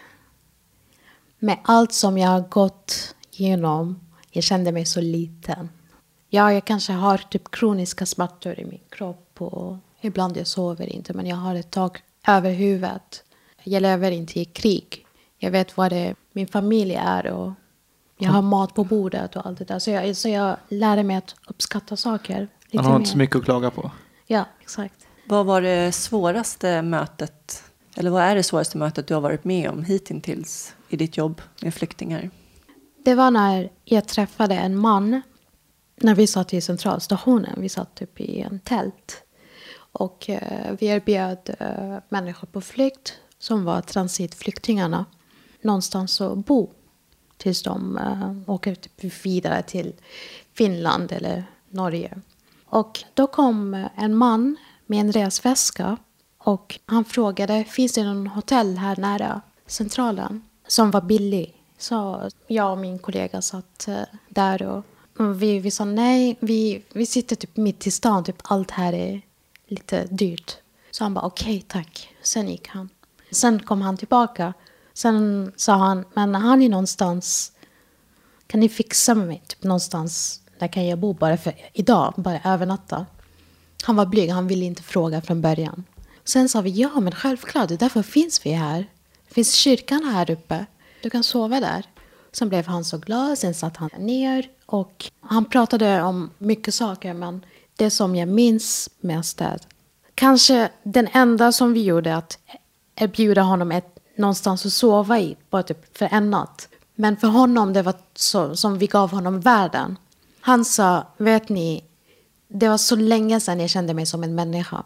med allt som jag har gått igenom, jag kände mig så liten. Ja, jag kanske har typ kroniska smärtor i min kropp och ibland jag sover inte, men jag har ett tak över huvudet. Jag lever inte i krig. Jag vet vad min familj är och jag har mat på bordet och allt det där. Så jag lärde mig att uppskatta saker lite Man har mer. inte så mycket att klaga på. Ja, exakt. Vad var det svåraste mötet, eller vad är det svåraste mötet du har varit med om hittills i ditt jobb med flyktingar? Det var när jag träffade en man när vi satt i centralstationen. Vi satt typ i en tält. Och vi erbjöd människor på flykt som var transitflyktingarna någonstans att bo. Tills de åker typ vidare till Finland eller Norge. Och då kom en man med en resväska. Och han frågade, finns det någon hotell här nära centralen som var billig? Så jag och min kollega satt där och vi sa nej, vi sitter typ mitt i stan, typ allt här är lite dyrt. Så han bara okej, tack. Sen gick han. Sen kom han tillbaka. Sen sa han, men han är någonstans, kan ni fixa med mig typ någonstans där kan jag bo bara för idag, bara övernatta. Han var blyg, han ville inte fråga från början. Sen sa vi, ja men självklart, därför finns vi här. Det finns kyrkan här uppe. Du kan sova där. Sen blev han så glad, sen satt han ner. Och han pratade om mycket saker, men det som jag minns mest är kanske den enda som vi gjorde att erbjuda honom någonstans att sova i, bara typ för en natt. Men för honom, det var så som vi gav honom världen. Han sa, vet ni, det var så länge sedan jag kände mig som en människa.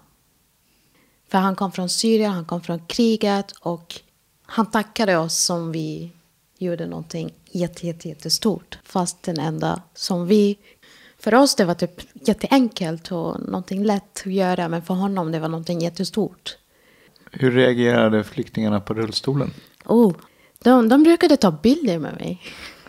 För han kom från Syrien, han kom från kriget och han tackade oss som vi gjorde någonting jättestort. Fast den enda som för oss det var typ jätteenkelt och någonting lätt att göra, men för honom det var någonting jättestort. Hur reagerade flyktingarna på rullstolen? De brukade ta bilder med mig.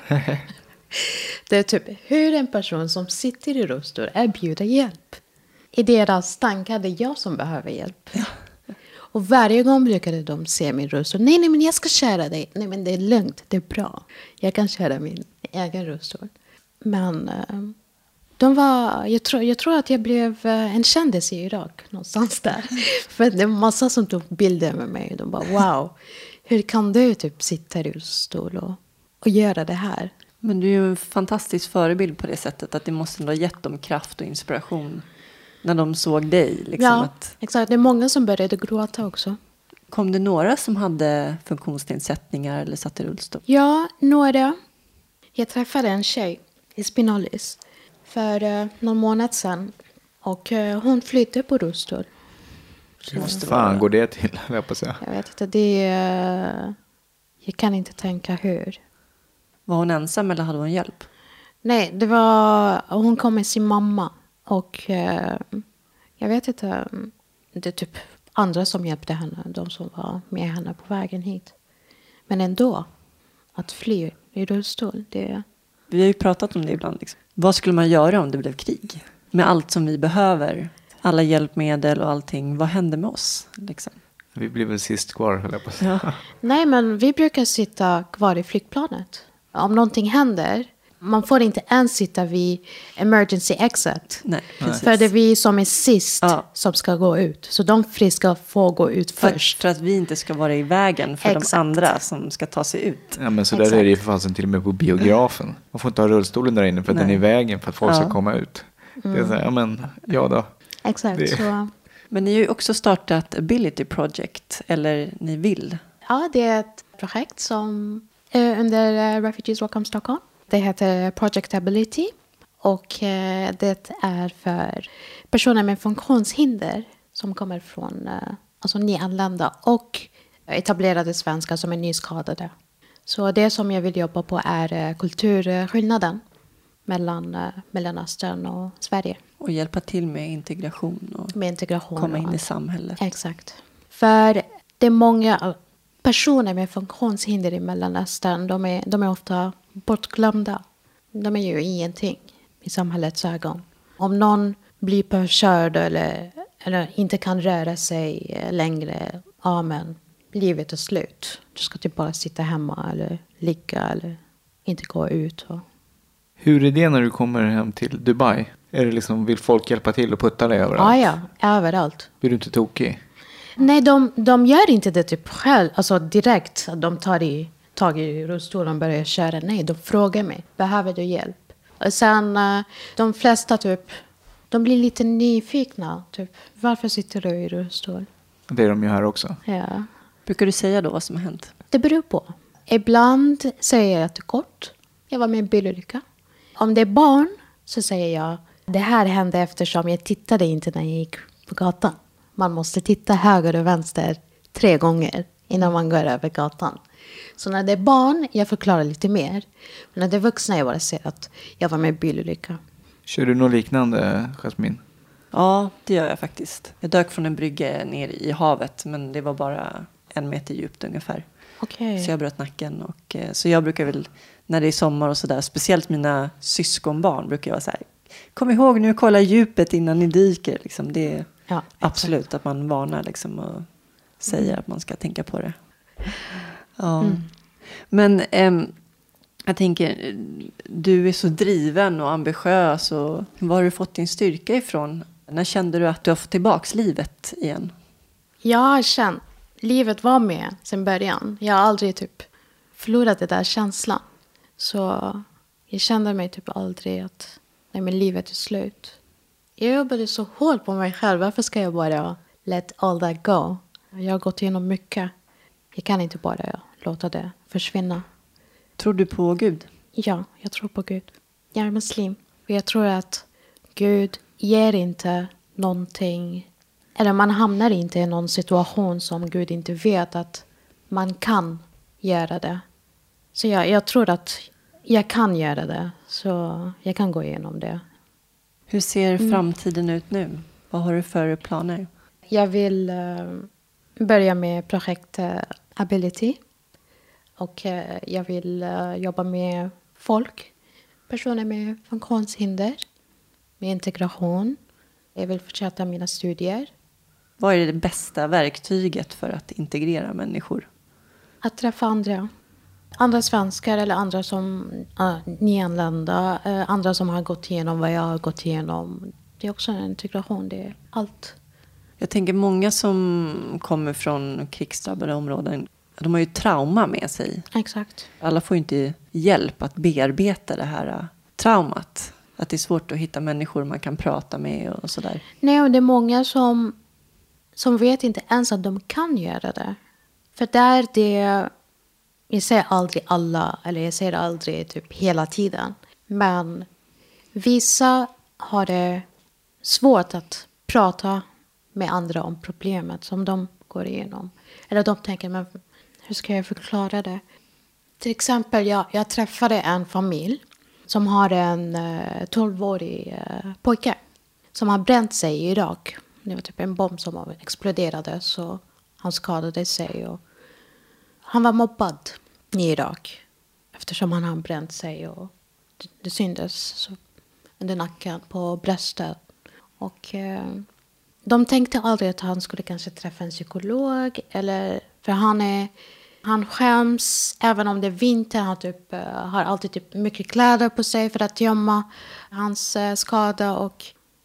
Det är typ hur en person som sitter i rullstol erbjuder hjälp. I deras tankar är det jag som behöver hjälp. Ja. Och varje gång brukade de se min rullstol. Nej, men jag ska köra dig. Nej, men det är lugnt, det är bra. Jag kan köra min egen rullstol. Men jag tror att jag blev en kändis i Irak. Någonstans där. För det var massa som tog bilder med mig. De bara, wow. Hur kan du typ sitta i rullstol och göra det här? Men du är ju en fantastisk förebild på det sättet. Att det måste ha gett dem kraft och inspiration när de såg dig. Liksom, ja, exakt. Det är många som började gråta också. Kom det några som hade funktionsnedsättningar eller satt i rullstol? Ja, några. Jag träffade en tjej i Spinalis. för någon månad sedan. Och hon flydde på rullstol. Hur fan går det till? Jag vet inte, jag kan inte tänka hur. Var hon ensam eller hade hon hjälp? Nej, hon kom med sin mamma. Och jag vet inte, det är typ andra som hjälpte henne. De som var med henne på vägen hit. Men ändå, att fly i rullstol, det... Vi har ju pratat om det ibland. Liksom. Vad skulle man göra om det blev krig? Med allt som vi behöver. Alla hjälpmedel och allting. Vad händer med oss? Liksom? Vi blir väl sist kvar, höll jag på att säga. Ja. Nej, men vi brukar sitta kvar i flygplanet. Om någonting händer, man får inte ens sitta vid emergency exit. Nej, precis. För det är vi som är sist som ska gå ut. Så de friska får gå ut först. För att vi inte ska vara i vägen för de andra som ska ta sig ut. Ja, men så där är det ju för fasen till och med på biografen. Man får inte ha rullstolen där inne för att den är i vägen för att folk ska komma ut. Det är så här, ja men, ja då. Exakt, så... Men ni har ju också startat Ability Project, eller ni vill. Ja, det är ett projekt som under Refugees Welcome Stockholm. Det heter Project Ability. Och det är för personer med funktionshinder som kommer från alltså nyanlända och etablerade svenskar som är nyskadade. Så det som jag vill jobba på är kulturskillnaden mellan Mellanöstern och Sverige. Och hjälpa till med integration och komma in i samhället. Exakt. För det är många personer med funktionshinder i Mellanöstern. De är ofta bortglömda. De är ju ingenting i samhällets ögon. Om någon blir påkörd eller inte kan röra sig längre, ja men livet är slut. Du ska typ bara sitta hemma eller ligga eller inte gå ut. Hur är det när du kommer hem till Dubai? Är det liksom, vill folk hjälpa till och putta dig överallt? Ja, överallt. Blir du inte tokig? Nej, de gör inte det typ själv. Alltså direkt. De tar tag i rullstolen och börjar köra. Nej, de frågar mig. Behöver du hjälp? Och sen de flesta typ, de blir lite nyfikna. Typ, varför sitter du i rullstol? Det är de ju här också. Ja. Brukar du säga då vad som har hänt? Det beror på. Ibland säger jag det kort. Jag var med i en bilolycka. Om det är barn så säger jag, det här hände eftersom jag tittade inte när jag gick på gatan. Man måste titta höger och vänster 3 gånger innan man går över gatan. Så när det är barn, jag förklarar lite mer. Men när det är vuxna, jag bara säger att jag var med i bilolycka. Kör du något liknande, Jasmin? Ja, det gör jag faktiskt. Jag dök från en brygga ner i havet, men det var bara 1 meter djupt ungefär. Okay. Så jag bröt nacken. Och, så jag brukar väl, när det är sommar och sådär, speciellt mina syskonbarn brukar jag vara så här, kom ihåg nu att kolla djupet innan ni dyker. Liksom. Det är absolut att man varnar liksom, och säger att man ska tänka på det. Ja. Men jag tänker, du är så driven och ambitiös. Och var har du fått din styrka ifrån? När kände du att du har fått tillbaka livet igen? Jag har känt, livet var med sen början. Jag har aldrig typ förlorat den där känslan. Så jag kände mig typ aldrig att nej, men livet är slut. Jag jobbade så hårt på mig själv. Varför ska jag bara let all that go? Jag har gått igenom mycket. Jag kan inte bara låta det försvinna. Tror du på Gud? Ja, jag tror på Gud. Jag är muslim. Och jag tror att Gud ger inte någonting. Eller man hamnar inte i någon situation som Gud inte vet att man kan göra det. Så jag tror att jag kan göra det. Så jag kan gå igenom det. Hur ser framtiden ut nu? Vad har du för planer? Jag vill börja med projekt Ability. Och jag vill jobba med folk. Personer med funktionshinder. Med integration. Jag vill fortsätta mina studier. Vad är det bästa verktyget för att integrera människor? Att träffa andra. Andra svenskar eller andra som nyanlända. Andra som har gått igenom vad jag har gått igenom. Det är också en integration, det är allt. Jag tänker många som kommer från krigsdrabbade områden, de har ju trauma med sig. Exakt. Alla får ju inte hjälp att bearbeta det här traumat. Att det är svårt att hitta människor man kan prata med och sådär. Nej, och det är många som vet inte ens att de kan göra det. För där det... Jag säger aldrig alla, eller jag säger aldrig typ hela tiden. Men Vissa har det svårt att prata med andra om problemet som de går igenom. Eller de tänker, men hur ska jag förklara det? Till exempel, jag träffade en familj som har en 12-årig pojke som har bränt sig i Irak. Det var typ en bomb som exploderade, så han skadade sig. Och han var mobbad i Irak eftersom han har bränt sig och det syntes så under nacken på bröstet. Och de tänkte aldrig att han skulle kanske träffa en psykolog. Eller, för han skäms även om det är vinter. Han har alltid typ mycket kläder på sig för att gömma hans skada. Och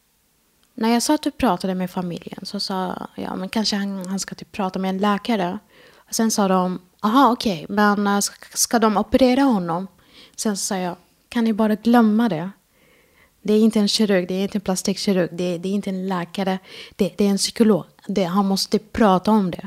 när jag satt och pratade med familjen så sa jag, men kanske han ska typ prata med en läkare. Och sen sa de, aha okej, men ska de operera honom? Sen sa jag, kan ni bara glömma det? Det är inte en kirurg, det är inte en plastikkirurg, det är inte en läkare, det är en psykolog. Han måste prata om det.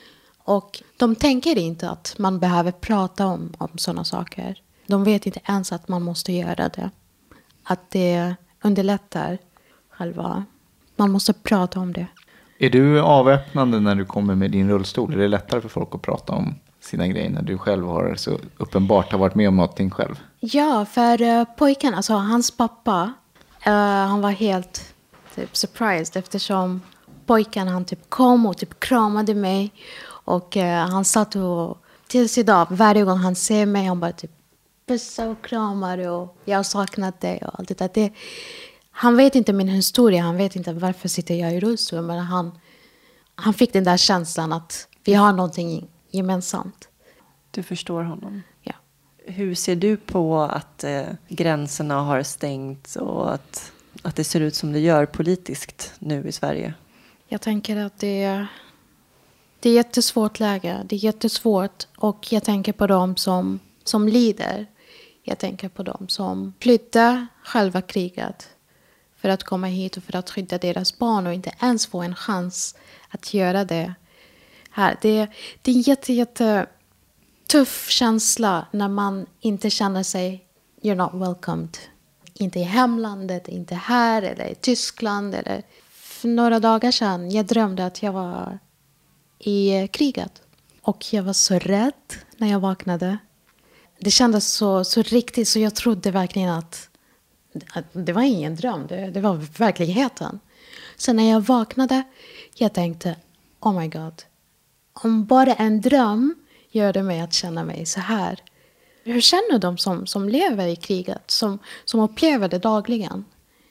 Och de tänker inte att man behöver prata om sådana saker. De vet inte ens att man måste göra det. Att det underlättar själva. Man måste prata om det. Är du avväpnande när du kommer med din rullstol? Är det lättare för folk att prata om sina grejer när du själv har så uppenbart har varit med om någonting själv? Ja, för pojken, alltså hans pappa, han var helt typ surprised eftersom pojken han typ kom och typ kramade mig och han satt och tills idag varje gång han ser mig han bara typ pussar och kramar och jag har saknat dig och allt det där. Han vet inte min historia, han vet inte varför sitter jag i rullstol, men han fick den där känslan att vi har någonting gemensamt. Du förstår honom. Ja. Hur ser du på att gränserna har stängts och att det ser ut som det gör politiskt nu i Sverige? Jag tänker att det är jättesvårt läge. Det är jättesvårt och jag tänker på dem som lider. Jag tänker på dem som flydde själva kriget för att komma hit och för att skydda deras barn och inte ens få en chans att göra det här. Det är en jätte tuff känsla när man inte känner sig you're not welcomed. Inte i hemlandet, inte här eller i Tyskland. Eller för några dagar sedan jag drömde att jag var i kriget. Och jag var så rädd när jag vaknade. Det kändes så riktigt så jag trodde verkligen att det var ingen dröm. Det var verkligheten. Så när jag vaknade jag tänkte oh my god. Om bara en dröm gör det mig att känna mig så här. Hur känner de som lever i kriget? Som upplever det dagligen?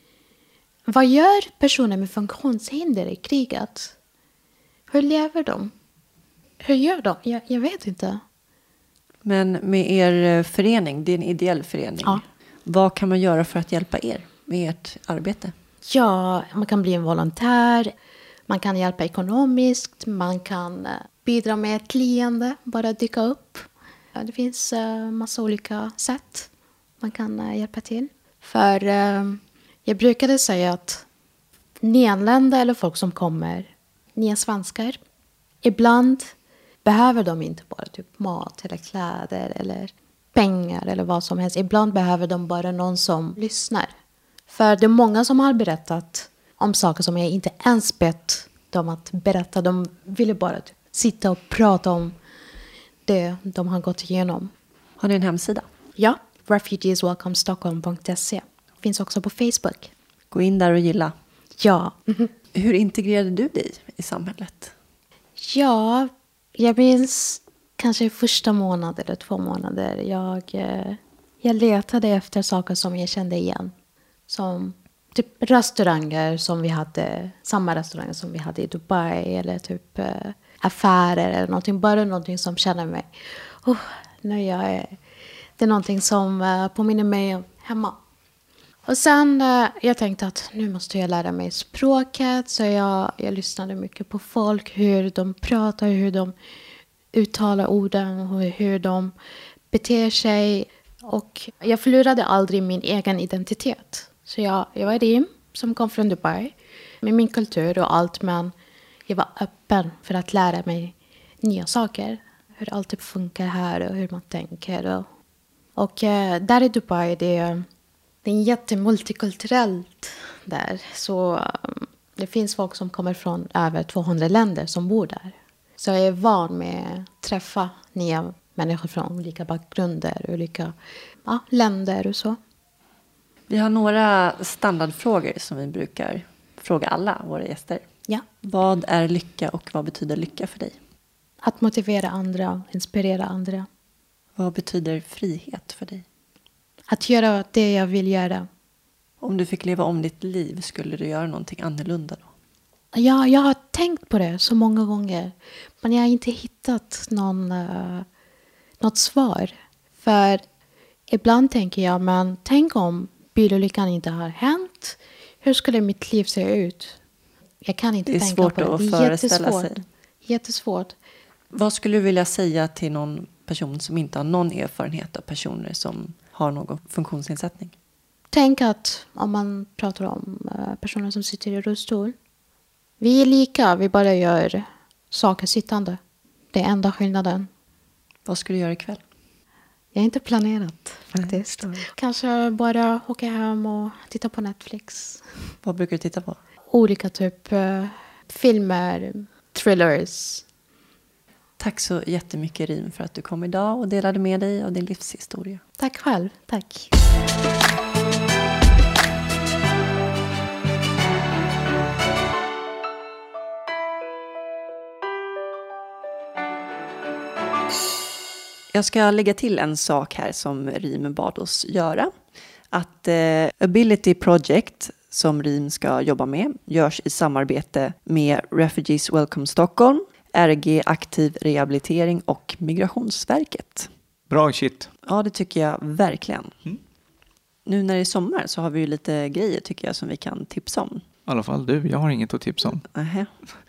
Vad gör personer med funktionshinder i kriget? Hur lever de? Hur gör de? Jag vet inte. Men med er förening, det är en ideell förening. Ja. Vad kan man göra för att hjälpa er med ert arbete? Ja, man kan bli en volontär. Man kan hjälpa ekonomiskt. Man kan bidra med ett leende. Bara dyka upp. Det finns massa olika sätt man kan hjälpa till. För jag brukade säga att nyanlända eller folk som kommer, nya svenskar, ibland behöver de inte bara typ mat eller kläder eller pengar eller vad som helst. Ibland behöver de bara någon som lyssnar. För det är många som har berättat om saker som jag inte ens bett dem att berätta. De ville bara typ sitta och prata om det de har gått igenom. Har ni en hemsida? Ja, refugeeswelcomestockholm.se. Finns också på Facebook. Gå in där och gilla. Ja. Hur integrerade du dig i samhället? Ja, jag minns kanske första månaden eller 2 månader. Jag letade efter saker som jag kände igen. Som typ restauranger som vi hade. Samma restauranger som vi hade i Dubai. Eller typ affärer eller någonting. Bara någonting som känner mig. Det är någonting som påminner mig om hemma. Och sen jag tänkte att nu måste jag lära mig språket. Så jag lyssnade mycket på folk. Hur de pratar, hur de uttalar orden. Hur de beter sig. Och jag förlorade aldrig min egen identitet. Så jag var Rim som kom från Dubai. Med min kultur och allt. Men jag var öppen för att lära mig nya saker. Hur allt typ funkar här och hur man tänker. Och där i Dubai det är Det är jättemultikulturellt där. Så det finns folk som kommer från över 200 länder som bor där. Så jag är van med att träffa nya människor från olika bakgrunder, olika länder och så. Vi har några standardfrågor som vi brukar fråga alla våra gäster. Ja. Vad är lycka och vad betyder lycka för dig? Att motivera andra, inspirera andra. Vad betyder frihet för dig? Att göra det jag vill göra. Om du fick leva om ditt liv, skulle du göra någonting annorlunda då? Ja, jag har tänkt på det så många gånger. Men jag har inte hittat något svar. För ibland tänker jag, men tänk om bilolyckan inte har hänt. Hur skulle mitt liv se ut? Jag kan inte tänka på det. Det är svårt att föreställa sig. Jättesvårt. Vad skulle du vilja säga till någon person som inte har någon erfarenhet av personer som har någon funktionsnedsättning? Tänk att om man pratar om personer som sitter i rullstol. Vi är lika, vi bara gör saker sittande. Det är enda skillnaden. Vad ska du göra ikväll? Jag har inte planerat faktiskt. Kanske bara åka hem och titta på Netflix. Vad brukar du titta på? Olika typ filmer, thrillers. Tack så jättemycket Rim för att du kom idag och delade med dig av din livshistoria. Tack själv, tack. Jag ska lägga till en sak här som Rim bad oss göra. Att Ability Project som Rim ska jobba med görs i samarbete med Refugees Welcome Stockholm, RG Aktiv Rehabilitering och Migrationsverket. Bra shit. Ja, det tycker jag verkligen. Nu när det är sommar så har vi ju lite grejer tycker jag som vi kan tipsa om. I alla fall du, jag har inget att tipsa om. Nähä.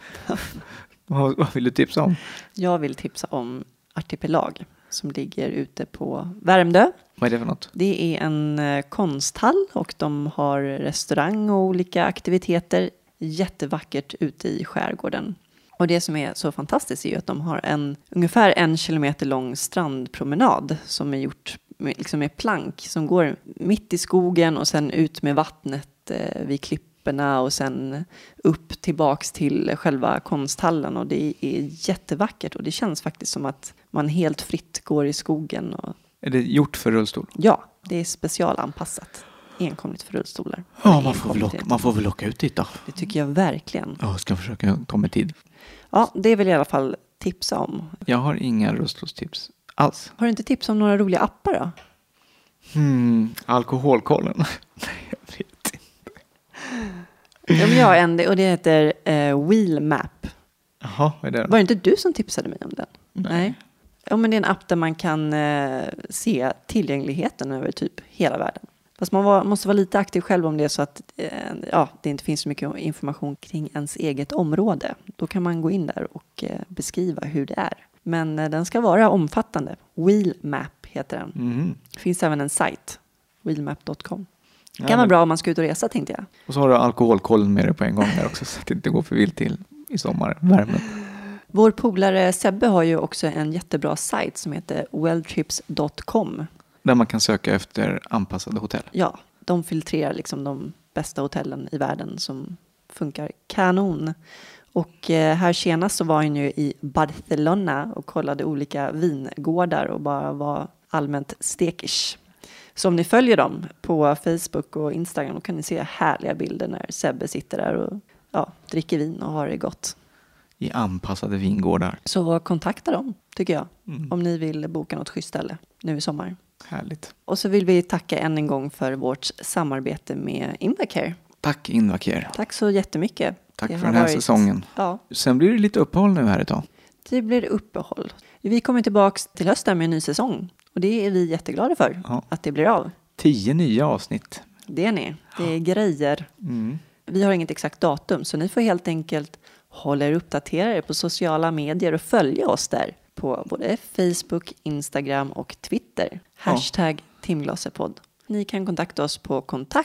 Vad vill du tipsa om? Jag vill tipsa om Artipelag som ligger ute på Värmdö. Vad är det för något? Det är en konsthall och de har restaurang och olika aktiviteter. Jättevackert ute i skärgården. Och det som är så fantastiskt är ju att de har en ungefär 1 kilometer lång strandpromenad som är gjort med plank som går mitt i skogen och sen ut med vattnet vid klipporna och sen upp tillbaks till själva konsthallen. Och det är jättevackert och det känns faktiskt som att man helt fritt går i skogen. Är det gjort för rullstol? Ja, det är specialanpassat. Enkomligt för rullstolar. Ja, man får väl åka ut dit då. Det tycker jag verkligen. Ja, jag ska försöka ta mig tid. Ja, det vill jag i alla fall tipsa om. Jag har inga rullstolstips alls. Har du inte tips om några roliga appar då? Alkoholkollen. Nej, jag vet inte. Ja, men jag har en och det heter Wheelmap. Jaha, vad är det då? Var det inte du som tipsade mig om den? Nej. Ja, men det är en app där man kan se tillgängligheten över typ hela världen. Fast man måste vara lite aktiv själv om det så att det inte finns så mycket information kring ens eget område. Då kan man gå in där och beskriva hur det är. Men den ska vara omfattande. Wheelmap heter den. Det finns även en sajt. Wheelmap.com. Det kan vara bra om man ska ut och resa tänkte jag. Och så har du alkoholkollen med dig på en gång där också så att det inte går för vilt till i sommar, värmen. Vår polare Sebbe har ju också en jättebra sajt som heter welltrips.com. Där man kan söka efter anpassade hotell. Ja, de filtrerar liksom de bästa hotellen i världen som funkar kanon. Och här senast så var han ju i Barcelona och kollade olika vingårdar och bara var allmänt stekish. Så om ni följer dem på Facebook och Instagram då kan ni se härliga bilder när Sebbe sitter där och dricker vin och har det gott. I anpassade vingårdar. Så kontakta dem tycker jag. Om ni vill boka något schysst ställe nu i sommar. Härligt. Och så vill vi tacka än en gång för vårt samarbete med Invacare. Tack Invacare. Tack så jättemycket. Tack för den här säsongen. Ja. Sen blir det lite uppehåll nu här idag. Det blir uppehåll. Vi kommer tillbaka till hösten med en ny säsong. Och det är vi jätteglada för att det blir av. 10 nya avsnitt. Det är ni. Det är grejer. Vi har inget exakt datum så ni får helt enkelt hålla er uppdaterade på sociala medier och följa oss där. På både Facebook, Instagram och Twitter. #timglasetpodd. Ni kan kontakta oss på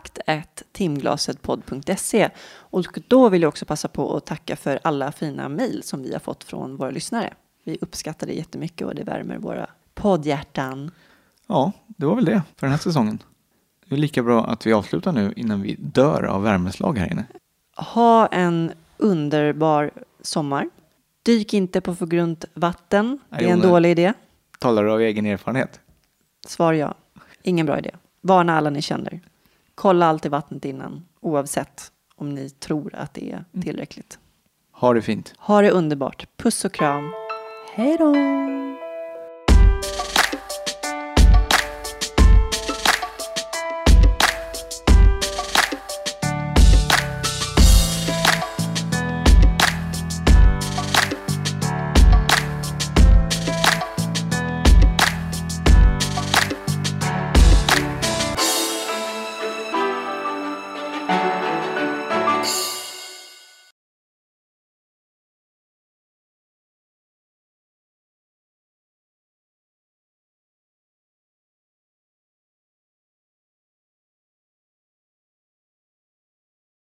kontakt@timglasetpodd.se. Och då vill jag också passa på att tacka för alla fina mejl som vi har fått från våra lyssnare. Vi uppskattar det jättemycket och det värmer våra poddhjärtan. Ja, det var väl det för den här säsongen. Det är lika bra att vi avslutar nu innan vi dör av värmeslag här inne. Ha en underbar sommar. Dyk inte på för grunt vatten. Det är en dålig idé. Talar du av egen erfarenhet? Svar ja. Ingen bra idé. Varna alla ni känner. Kolla alltid vattnet innan. Oavsett om ni tror att det är tillräckligt. Ha det fint. Ha det underbart. Puss och kram. Hej då!